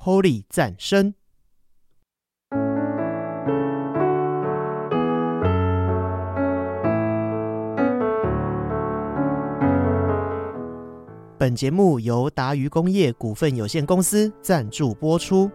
Holy 赞声。本节目由达渝工业股份有限公司赞助播出。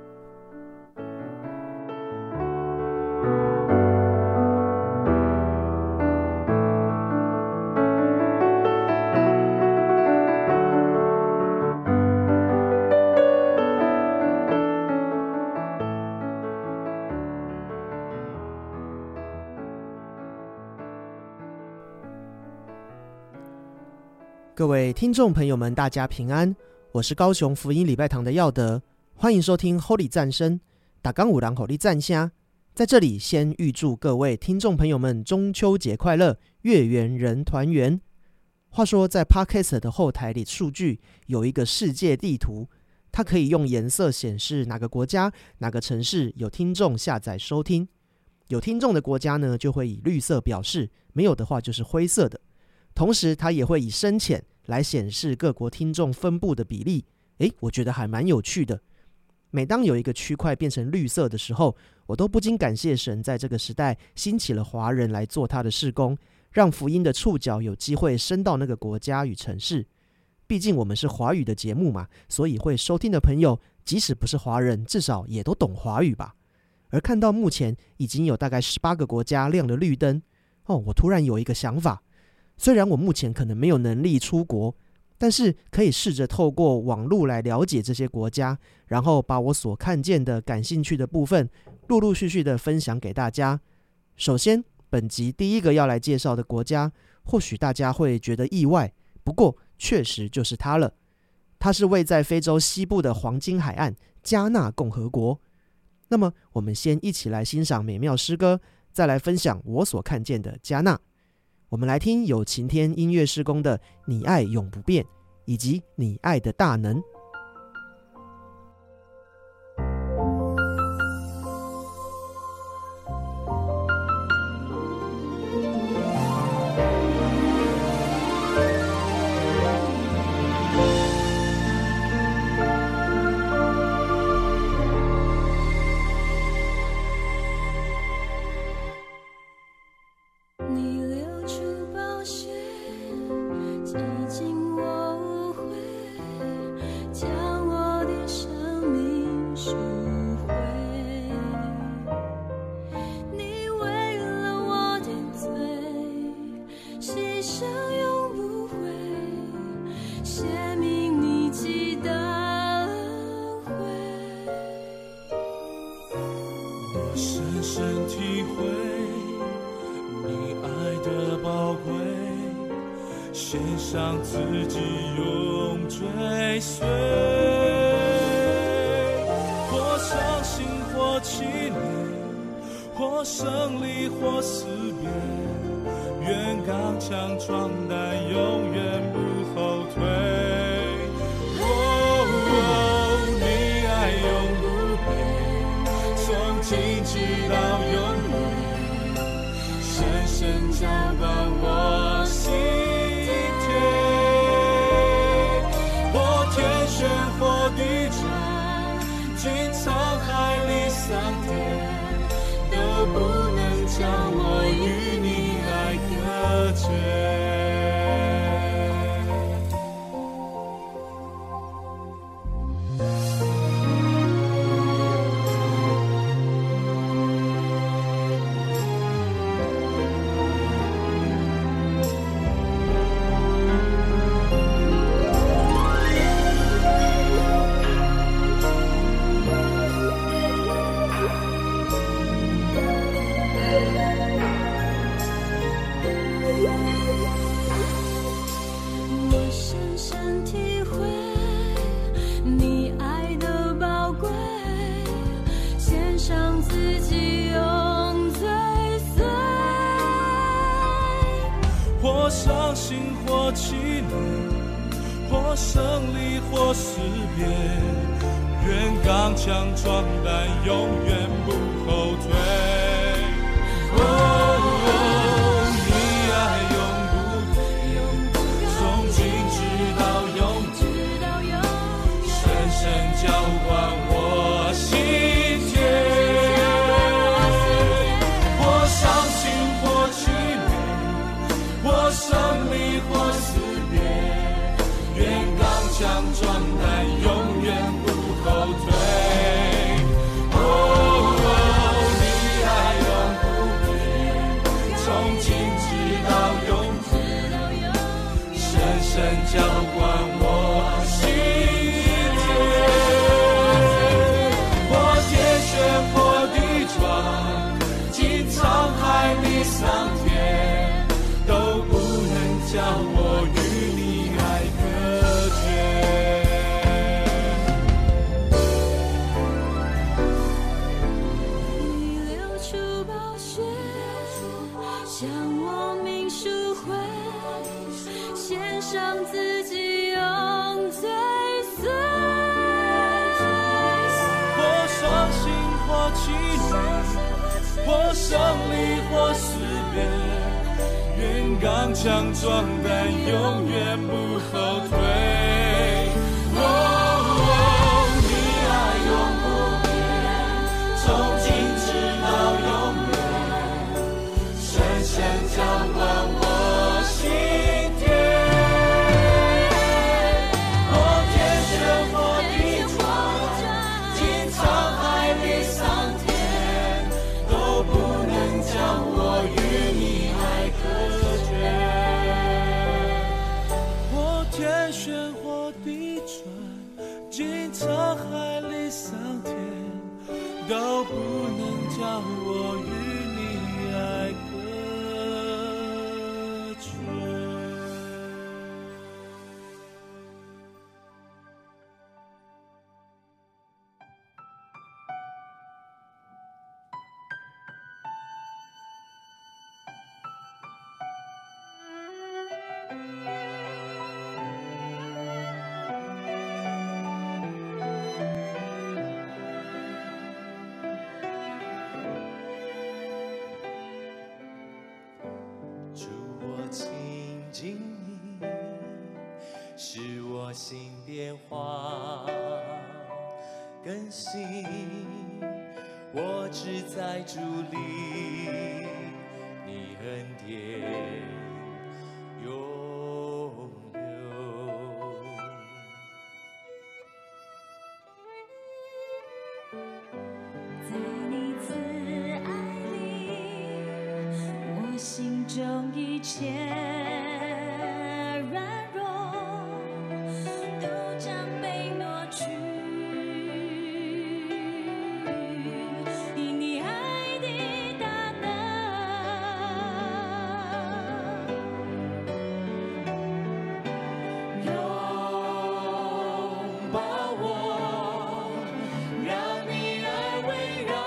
各位听众朋友们，大家平安，我是高雄福音礼拜堂的耀德，欢迎收听 Holy 赞声，大家有人给你赞声。在这里先预祝各位听众朋友们中秋节快乐，月圆人团圆。话说在 Podcast 的后台里数据有一个世界地图，它可以用颜色显示哪个国家哪个城市有听众下载收听，有听众的国家呢就会以绿色表示，没有的话就是灰色的。同时它也会以深浅来显示各国听众分布的比例，我觉得还蛮有趣的。每当有一个区块变成绿色的时候，我都不禁感谢神在这个时代兴起了华人来做他的事工，让福音的触角有机会伸到那个国家与城市。毕竟我们是华语的节目嘛，所以会收听的朋友即使不是华人，至少也都懂华语吧。而看到目前已经有大概18个国家亮了绿灯，我突然有一个想法，虽然我目前可能没有能力出国，但是可以试着透过网络来了解这些国家，然后把我所看见的感兴趣的部分陆陆续续的分享给大家。首先，本集第一个要来介绍的国家，或许大家会觉得意外，不过确实就是它了。它是位在非洲西部的黄金海岸加纳共和国。那么我们先一起来欣赏美妙诗歌，再来分享我所看见的加纳。我们来听有晴天音乐事工的《你爱永不变》，以及《你爱的大能》。 浇灌我抛弃你，或胜利或死别，愿刚强壮胆，永远不后退。你爱永不变，从今直到永远，深深浇灌我心田。我天旋或地转，经沧海里桑田，都不能将我与你爱隔绝。我天旋或地转，经沧海里桑田，都不能将我与你爱隔绝。 主，我亲近你，使我心变化更新。我只在主里，你恩典永留。 在你慈爱里，我心中一切软弱都将被挪去，因你爱的大能拥抱我，让你爱围绕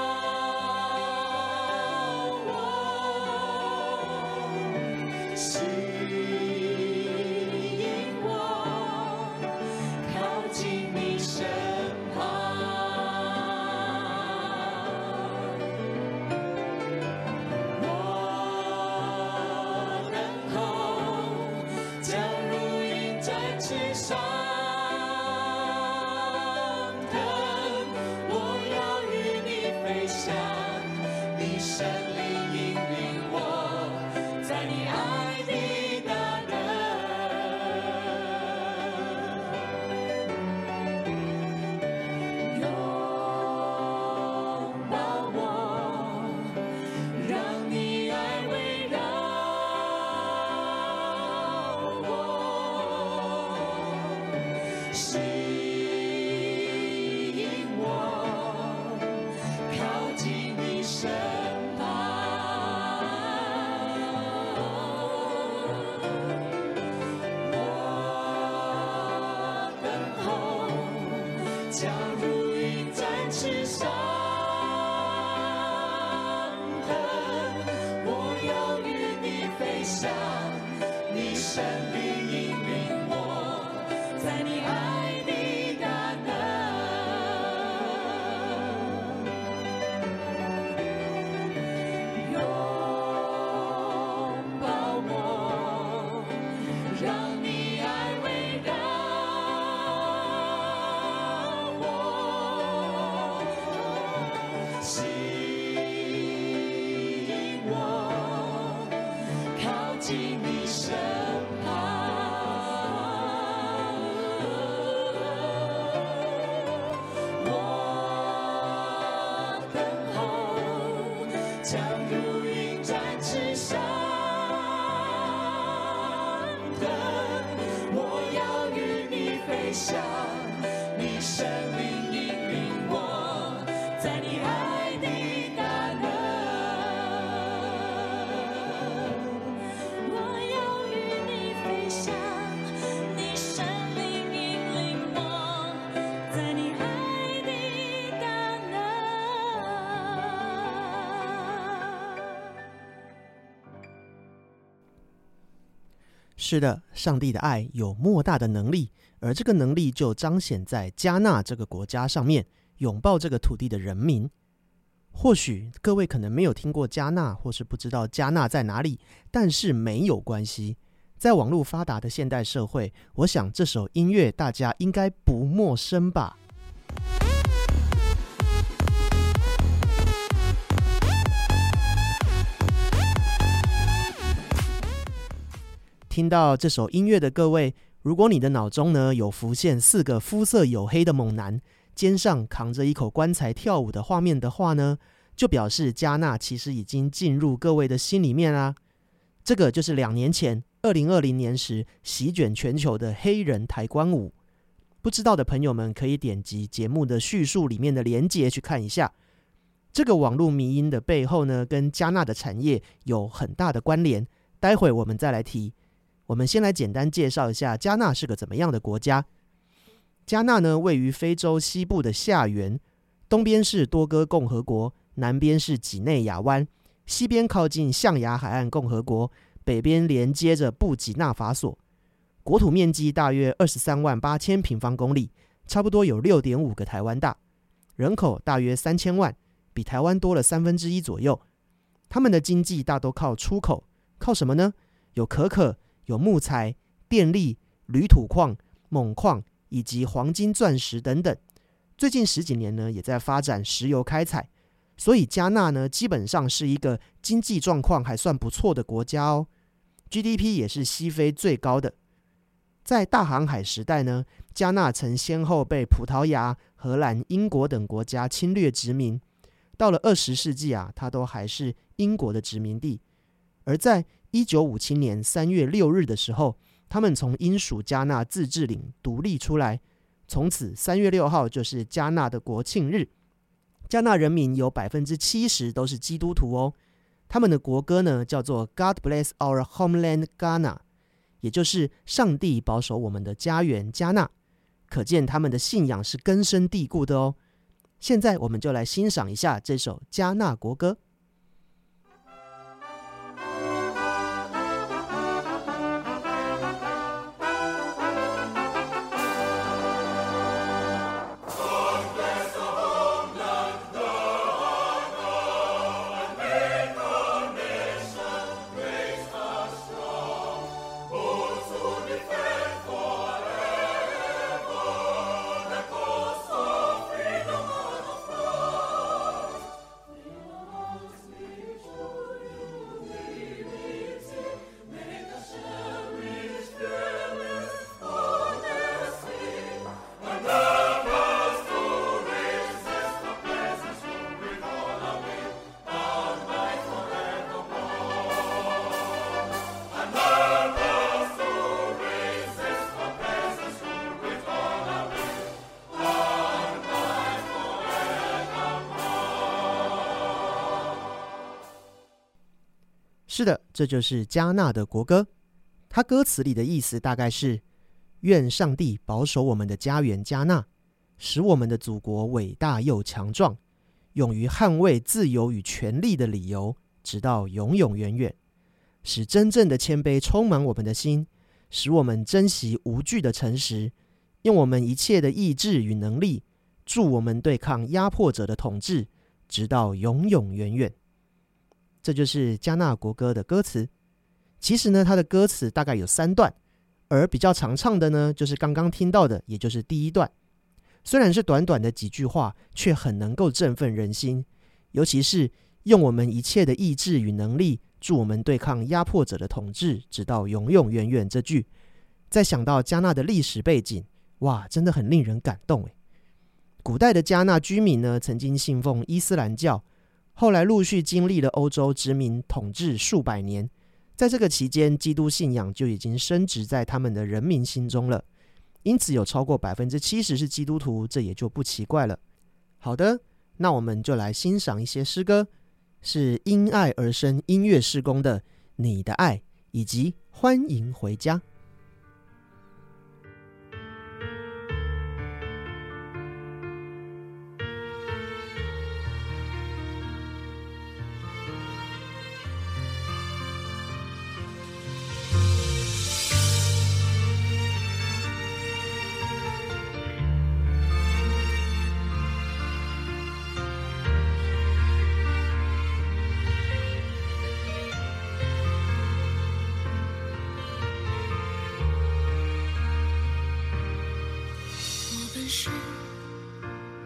我，吸引我靠近你身旁。我等候，将如鹰展翅上腾，我要与你飞翔，你神灵引领我，在你爱的大能拥抱我，让你爱围绕我，吸引我靠近你身旁。我等候，将如鹰展翅上腾，我要与你飞翔，你神灵引领我，在你爱的大能拥抱我，让你爱围绕我，吸引我靠近你身旁。我等候，将如鹰展翅上腾，我要与你飞翔，你神灵引领我，在你爱的大能。我要与你飞翔，你神灵引领我，在你爱的大能。 是的，上帝的爱有莫大的能力，而这个能力就彰显在加纳这个国家上面，拥抱这个土地的人民。 或许各位可能没有听过加纳，或是不知道加纳在哪里，但是没有关系。在网络发达的现代社会，我想这首音乐大家应该不陌生吧。听到这首音乐的各位，如果你的脑中呢有浮现4个肤色黝黑的猛男肩上扛着一口棺材跳舞的画面的话呢，就表示加纳其实已经进入各位的心里面啦。这个就是2年前2020年时席卷全球的黑人抬棺舞。不知道的朋友们可以点击节目的叙述里面的连结去看一下。这个网络迷因的背后呢，跟加纳的产业有很大的关联，待会我们再来提。我们先来简单介绍一下加纳是个怎么样的国家。加纳呢，位于非洲西部的下缘，东边是多哥共和国，南边是几内亚湾，西边靠近象牙海岸共和国，北边连接着布吉纳法索。国土面积大约23万8千平方公里，差不多有 6.5 个台湾大，人口大约3000万，比台湾多了1/3左右。他们的经济大都靠出口，靠什么呢？有可可，有木材、电力、铝土矿、锰矿以及黄金、钻石等等。最近10几年呢，也在发展石油开采。所以加纳呢，基本上是一个经济状况还算不错的国家哦。GDP 也是西非最高的。在大航海时代呢，加纳曾先后被葡萄牙、荷兰、英国等国家侵略殖民。到了20世纪啊，它都还是英国的殖民地。而在1957年3月6日的时候，他们从英属加纳自治领独立出来，从此3月6号就是加纳的国庆日。加纳人民有 70% 都是基督徒哦。他们的国歌呢叫做 God Bless Our Homeland Ghana， 也就是上帝保守我们的家园加纳。可见他们的信仰是根深蒂固的哦。现在我们就来欣赏一下这首加纳国歌。是的，这就是加纳的国歌。它歌词里的意思大概是：愿上帝保守我们的家园加纳，使我们的祖国伟大又强壮，勇于捍卫自由与权利的理由，直到永永远远。使真正的谦卑充满我们的心，使我们珍惜无惧的诚实，用我们一切的意志与能力，助我们对抗压迫者的统治，直到永永远远。这就是加纳国歌的歌词。其实呢，它的歌词大概有3段，而比较常唱的呢，就是刚刚听到的，也就是第1段。虽然是短短的几句话，却很能够振奋人心。尤其是用我们一切的意志与能力，助我们对抗压迫者的统治，直到永永远远这句，再想到加纳的历史背景，哇，真的很令人感动耶。古代的加纳居民呢，曾经信奉伊斯兰教，后来陆续经历了欧洲殖民统治数百年，在这个期间，基督信仰就已经深植在他们的人民心中了，因此有超过 70% 是基督徒，这也就不奇怪了。好的，那我们就来欣赏一些诗歌，是因爱而生音乐事工的《你的爱》以及《欢迎回家》。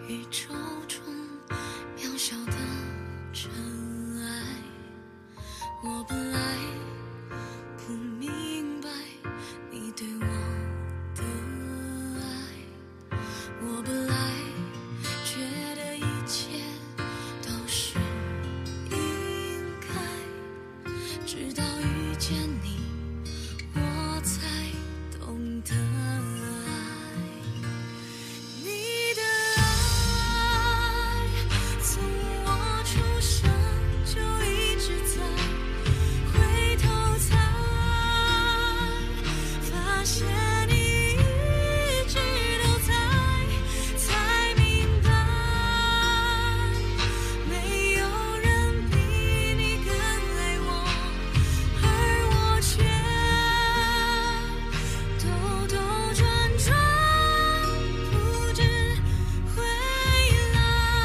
宇宙中渺小的尘埃。我本来不明白你对我的爱，我本来觉得一切都是应该，直到遇见你，我才懂得爱。你的爱从我出生就一直在，回头才发现你一直都在，才明白没有人比你更爱我，而我却兜兜转转不知回来。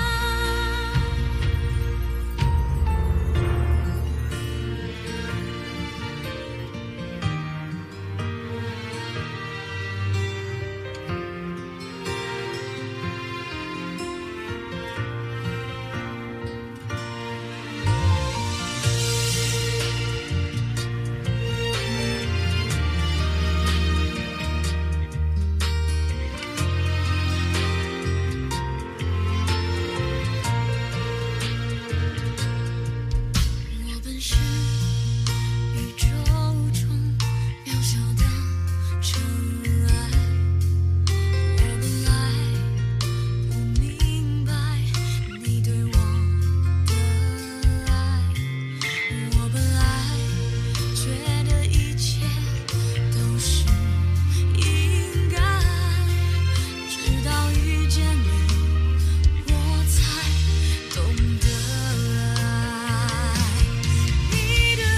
我本是宇宙中渺小的尘埃，我本来不明白你对我的爱，我本来觉得一切都是应该，直到遇见你，我才懂得爱。你的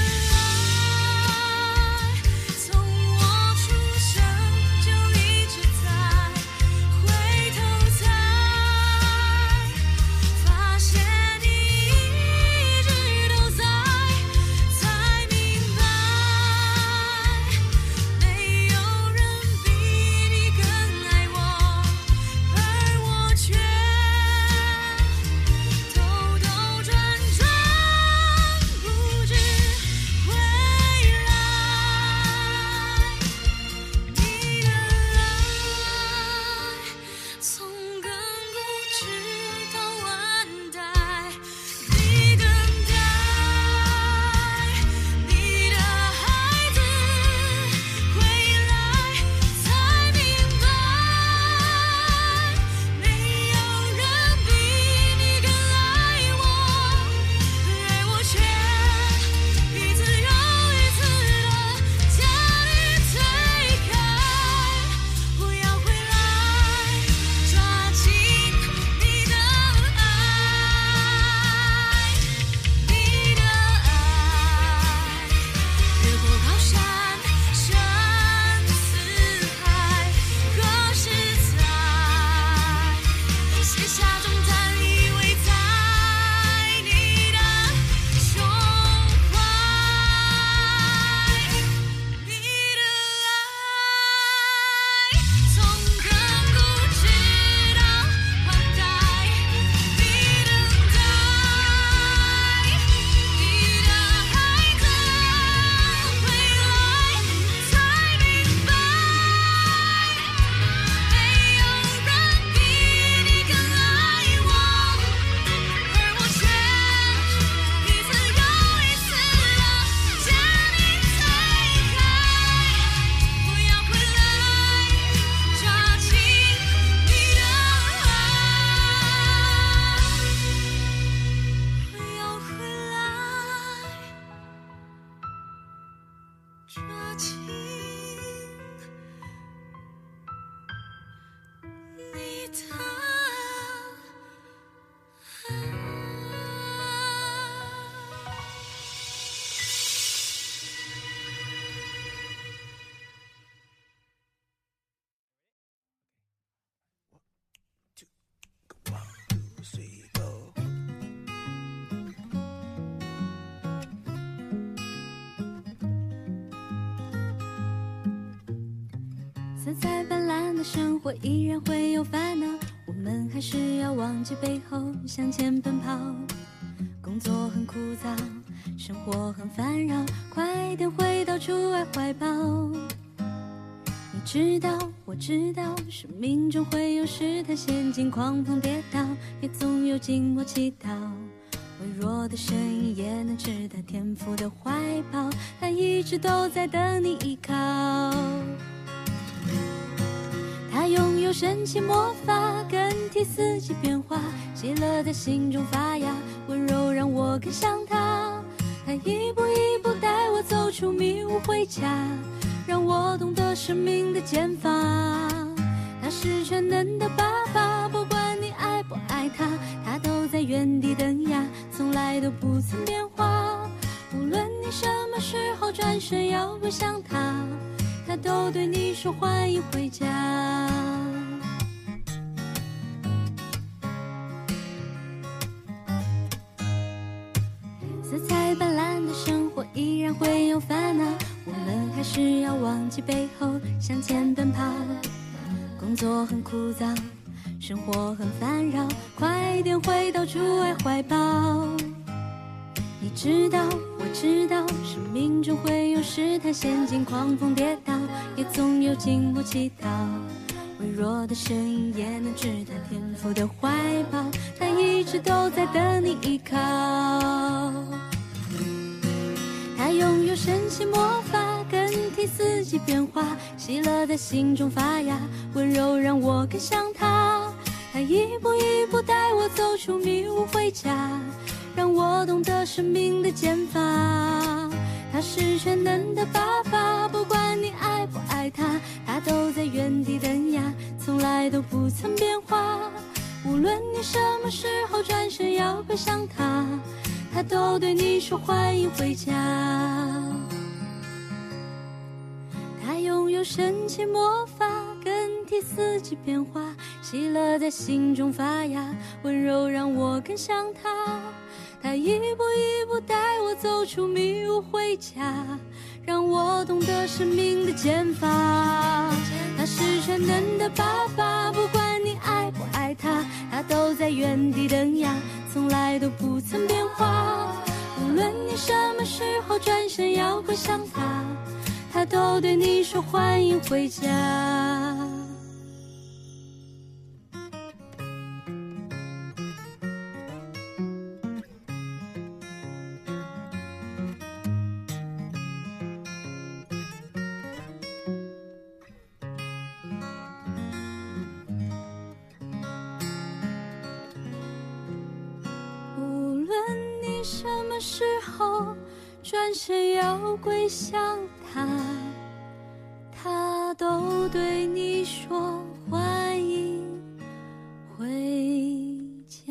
爱从我出生就一直在，回头才发现你一直都在，才明白没有人比你更爱我，而我却兜兜转转不知回来。你的爱从亘古直到万代，你等待你的孩子回来，才明白没有人比你更爱我，而我却一次又一次地将你推开。我要回来，抓紧你的爱，你的爱，越过高山，深似海，何时才卸下重担，依偎在你的胸怀？你的爱从亘古直到万代，你等待你的孩子回来，才明白没有人比你更爱我，而我却一次又一次地将你推开。我要回来，抓紧你的爱，我要回来，抓紧你的爱。 色彩斑斓的生活依然会有烦恼，我们还是要忘记背后，向前奔跑。工作很枯燥，生活很烦扰，快点回到主爱怀抱。你知道，我知道，生命中会有试探，陷进狂风跌倒，也总有静默祈祷。微弱的声音也能知道天父的怀抱，他一直都在等你依靠。他拥有神奇魔法，更替四季变化，喜乐在心中发芽，温柔让我更像他。他一步一步带我走出迷雾回家，让我懂得生命的减法。他是全能的爸爸，不管你爱不爱他，他都在原地等呀，从来都不曾变化。无论你什么时候转身要归向他，他都对你说欢迎回家。色彩斑斓的生活依然会有烦恼，我们还是要忘记背后，向前奔跑。工作很枯燥，生活很烦扰，快点回到主爱怀抱。你知道，我知道，生命中会有试探，陷进狂风跌倒，也总有静默祈祷。微弱的声音也能知道天父的怀抱，他一直都在等你依靠。他拥有神奇魔法，更替四季变化，喜乐在心中发芽，温柔让我更像他。他一步一步带我走出迷雾回家，让我懂得生命的减法。他是全能的爸爸，不管你爱不爱他，他都在原地等呀，从来都不曾变化。无论你什么时候转身要归向他，他都对你说欢迎回家。他拥有神奇魔法，更替四季变化，喜乐在心中发芽，温柔让我更像他。他一步一步带我走出迷雾回家，让我懂得生命的减法。他是全能的爸爸，不管你爱不爱他，他都在原地等呀，从来都不曾变化。无论你什么时候转身要归向他，他都对你说欢迎回家。什么时候转身要归向他，他都对你说欢迎回家。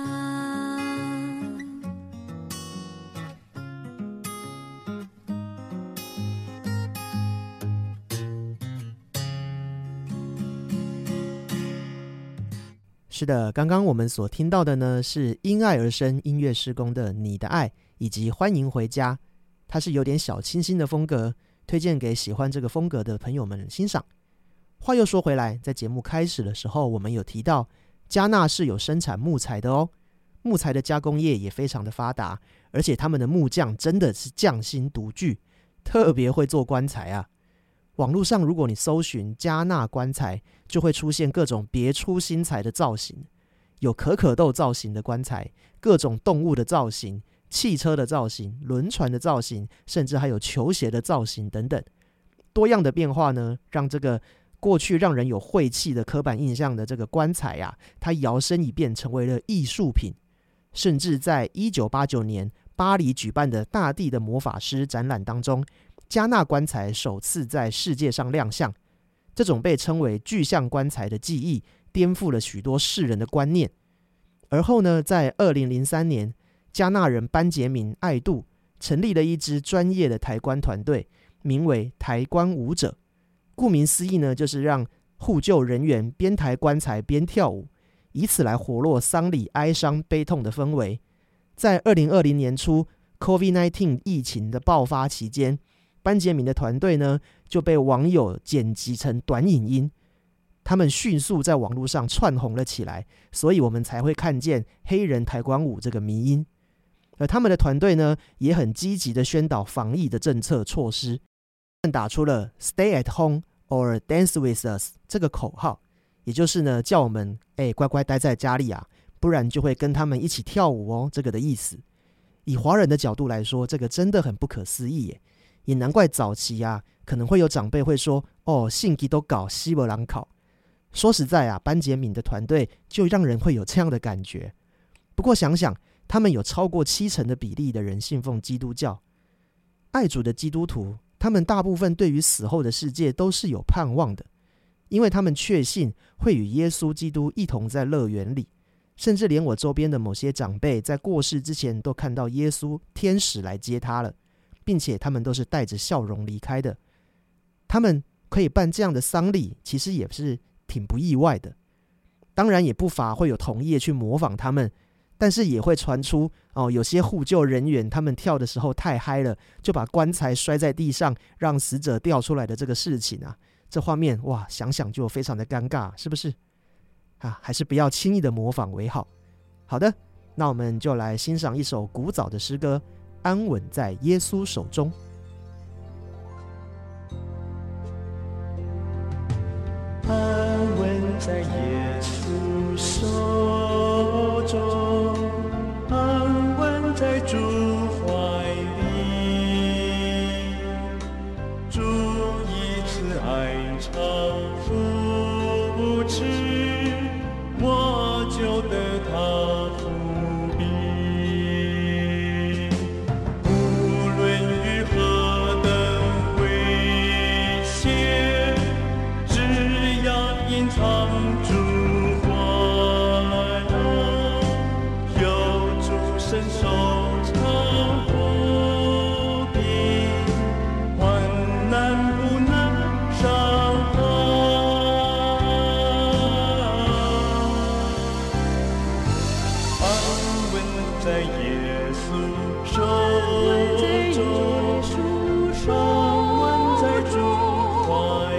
是的，刚刚我们所听到的呢，是因爱而生音乐事工的你的爱以及欢迎回家，它是有点小清新的风格，推荐给喜欢这个风格的朋友们欣赏。话又说回来，在节目开始的时候，我们有提到加纳是有生产木材的哦，木材的加工业也非常的发达，而且他们的木匠真的是匠心独具，特别会做棺材啊。网络上如果你搜寻加纳棺材，就会出现各种别出心裁的造型，有可可豆造型的棺材，各种动物的造型，汽车的造型，轮船的造型，甚至还有球鞋的造型等等。多样的变化呢，让这个过去让人有晦气的刻板印象的这个棺材啊，它摇身一变成为了艺术品。甚至在1989年巴黎举办的大地的魔法师展览当中，加纳棺材首次在世界上亮相。这种被称为具象棺材的技艺颠覆了许多世人的观念。而后呢，在2003年，加纳人班杰明·艾杜成立了一支专业的抬棺团队，名为抬棺舞者。顾名思义呢，就是让护救人员边抬棺材边跳舞，以此来活络丧礼哀伤悲痛的氛围。在2020年初 COVID-19 疫情的爆发期间，班杰明的团队呢就被网友剪辑成短影音， 他们迅速在网络上窜红了起来，所以我们才会看见黑人抬棺舞这个迷因。而他们的团队呢，也很积极的宣导防疫的政策措施，他们打出了 Stay at home or dance with us 这个口号，也就是呢叫我们乖乖待在家里啊，不然就会跟他们一起跳舞哦，这个的意思。以华人的角度来说，这个真的很不可思议耶，也难怪早期啊可能会有长辈会说信基都搞西伯朗考。说实在啊，班杰明的团队就让人会有这样的感觉。不过想想，他们有超过70%的比例的人信奉基督教，爱主的基督徒，他们大部分对于死后的世界都是有盼望的，因为他们确信会与耶稣基督一同在乐园里，甚至连我周边的某些长辈在过世之前都看到耶稣天使来接他了，并且他们都是带着笑容离开的。他们可以办这样的丧礼，其实也是挺不意外的。当然也不乏会有同业去模仿他们，但是也会传出有些护救人员他们跳的时候太嗨了，就把棺材摔在地上让死者掉出来的这个事情啊，这画面哇，想想就非常的尴尬，是不是啊？还是不要轻易的模仿为好。好的，那我们就来欣赏一首古早的诗歌《安稳在耶稣手中》。 安稳在耶稣手中，安稳在主怀里，主以慈爱常扶持，我就得他扶庇。无论于何等危险，只要隐藏主怀，有主伸手常护庇，患难不能伤害。安稳在耶稣手中，安稳在主怀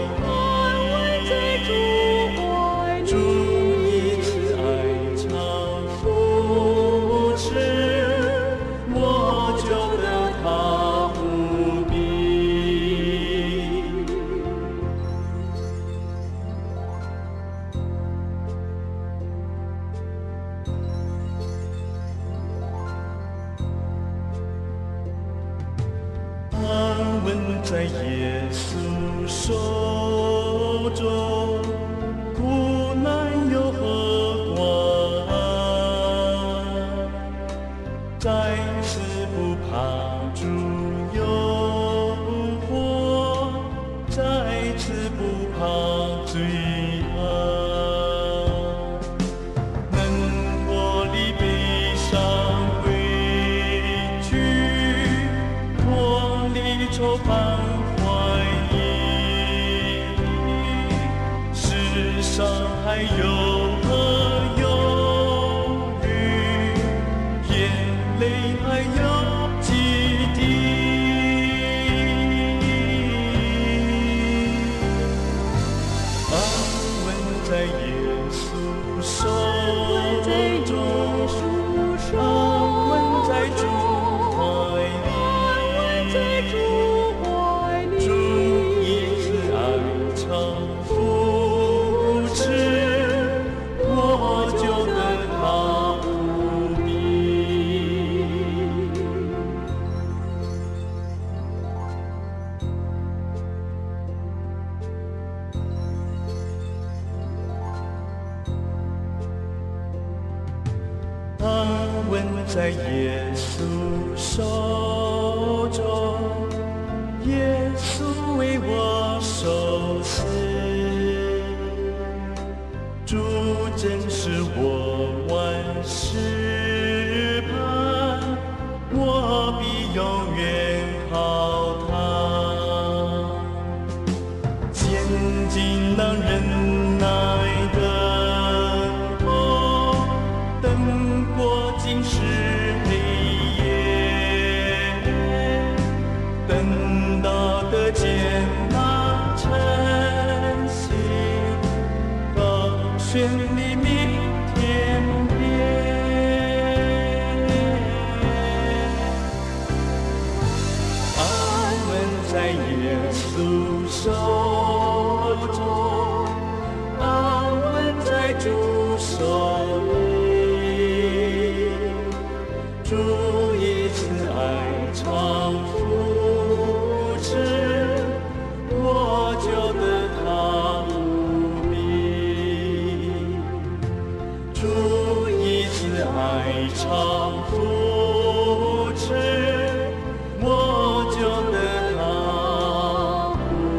里，主以慈爱常扶持，我就得他护庇。安稳在耶稣手中，苦难有何关？在此不怕主诱惑，在此不怕罪恶，能脱离悲伤委屈，脱离愁烦怀疑，世上还有何忧虑，眼泪还有几滴。安稳在耶稣手中，安稳在主怀里，主以慈爱常扶持，我就得他护庇。安稳在耶稣手中，耶稣为我受死，主真是我万事盼，我必永远靠他，坚定能忍耐的我，等过今世黑夜，等到得见那晨曦， 常扶持，我就得他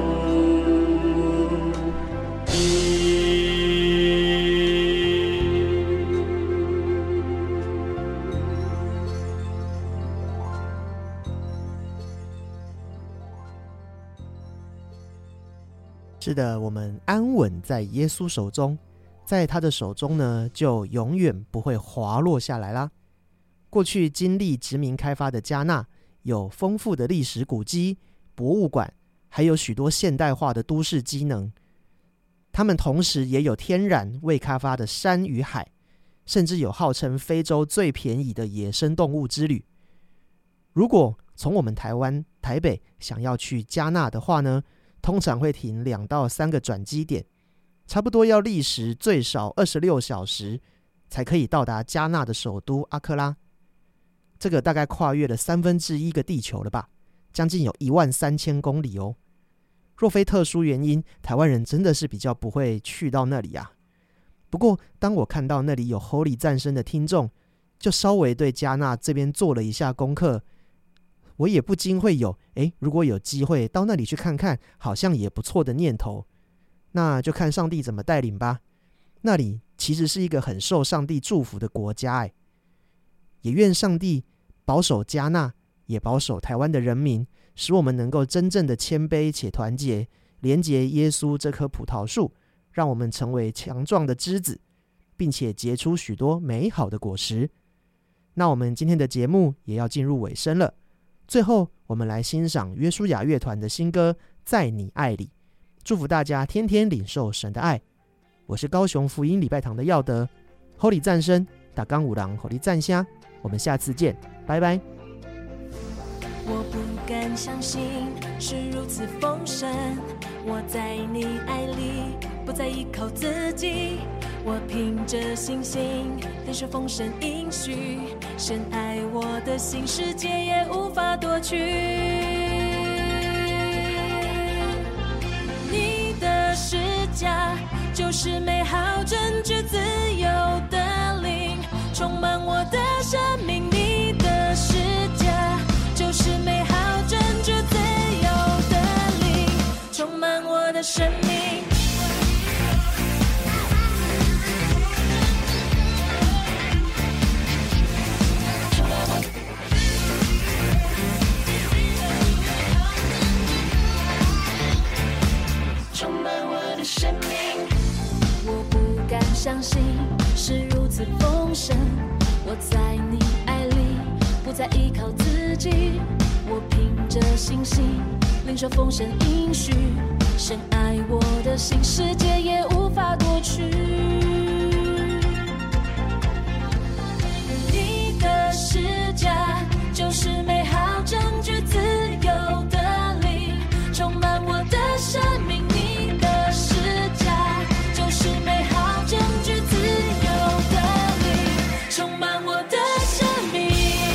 是的，我们安稳在耶稣手中，在他的手中呢，就永远不会滑落下来啦。过去经历殖民开发的加纳，有丰富的历史古迹、博物馆，还有许多现代化的都市机能。他们同时也有天然未开发的山与海，甚至有号称非洲最便宜的野生动物之旅。如果从我们台湾台北想要去加纳的话呢，通常会停2到3个转机点，差不多要历时最少26小时才可以到达加纳的首都阿克拉。这个大概跨越了1/3个地球了吧，将近有13000公里哦。若非特殊原因，台湾人真的是比较不会去到那里啊。不过当我看到那里有 Holy 战声的听众，就稍微对加纳这边做了一下功课，我也不禁会有如果有机会到那里去看看，好像也不错的念头。那就看上帝怎么带领吧。那里其实是一个很受上帝祝福的国家也愿上帝保守加纳，也保守台湾的人民，使我们能够真正的谦卑且团结，连结耶稣这棵葡萄树，让我们成为强壮的枝子，并且结出许多美好的果实。那我们今天的节目也要进入尾声了，最后我们来欣赏约书亚乐团的新歌《在你爱里》，祝福大家天天领受神的爱。我是高雄福音礼拜堂的耀德， Holy 战声大港五郎 Holy 战虾，我们下次见，拜拜。 我不敢相信是如此丰盛，我在你爱里不再依靠自己，我凭着信心领受丰盛应许，神爱我的心世界也无法夺取。你的十架就是美好证据，自由的灵充满我的生命，你的十架就是美好证据，自由的灵充满我的生命。充满我的生命，我不敢相信是如此丰盛，我在你爱里不再依靠自己，我凭着信心领受丰盛应许，神爱我的心世界也无法夺取。你的十架就是美好证据，自由的灵充满我的生命，你的十架就是美好证据，自由的灵充满我的生命。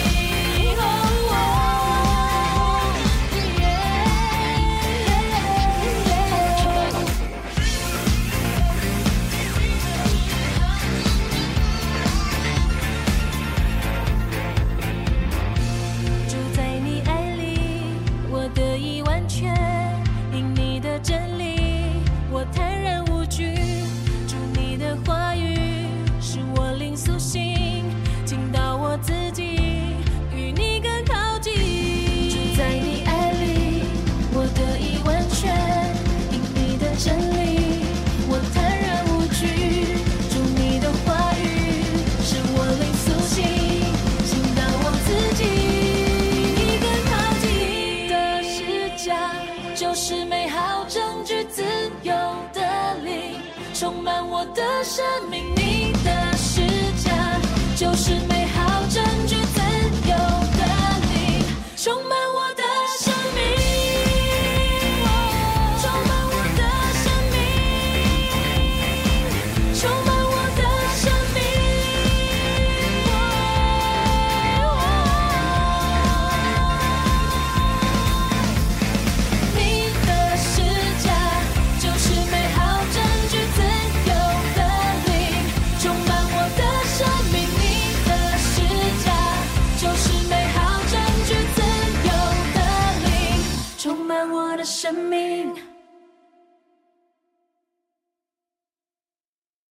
住在你爱里，我得以完全，因你的真理我坦然无惧，主你的话语使我灵苏醒，听到我自己与你更靠近。住在你爱里，我得以完全，因你的真理我坦然无惧，主你的话语使我灵苏醒，听到我自己与你更靠近。的十架就是美好证据，自由的灵充满我的生命，你的十架就是美好证据，自由的灵充满我的生命，充满我的生命，充满我的生命。你的十架就是美好证据，自由的灵生命。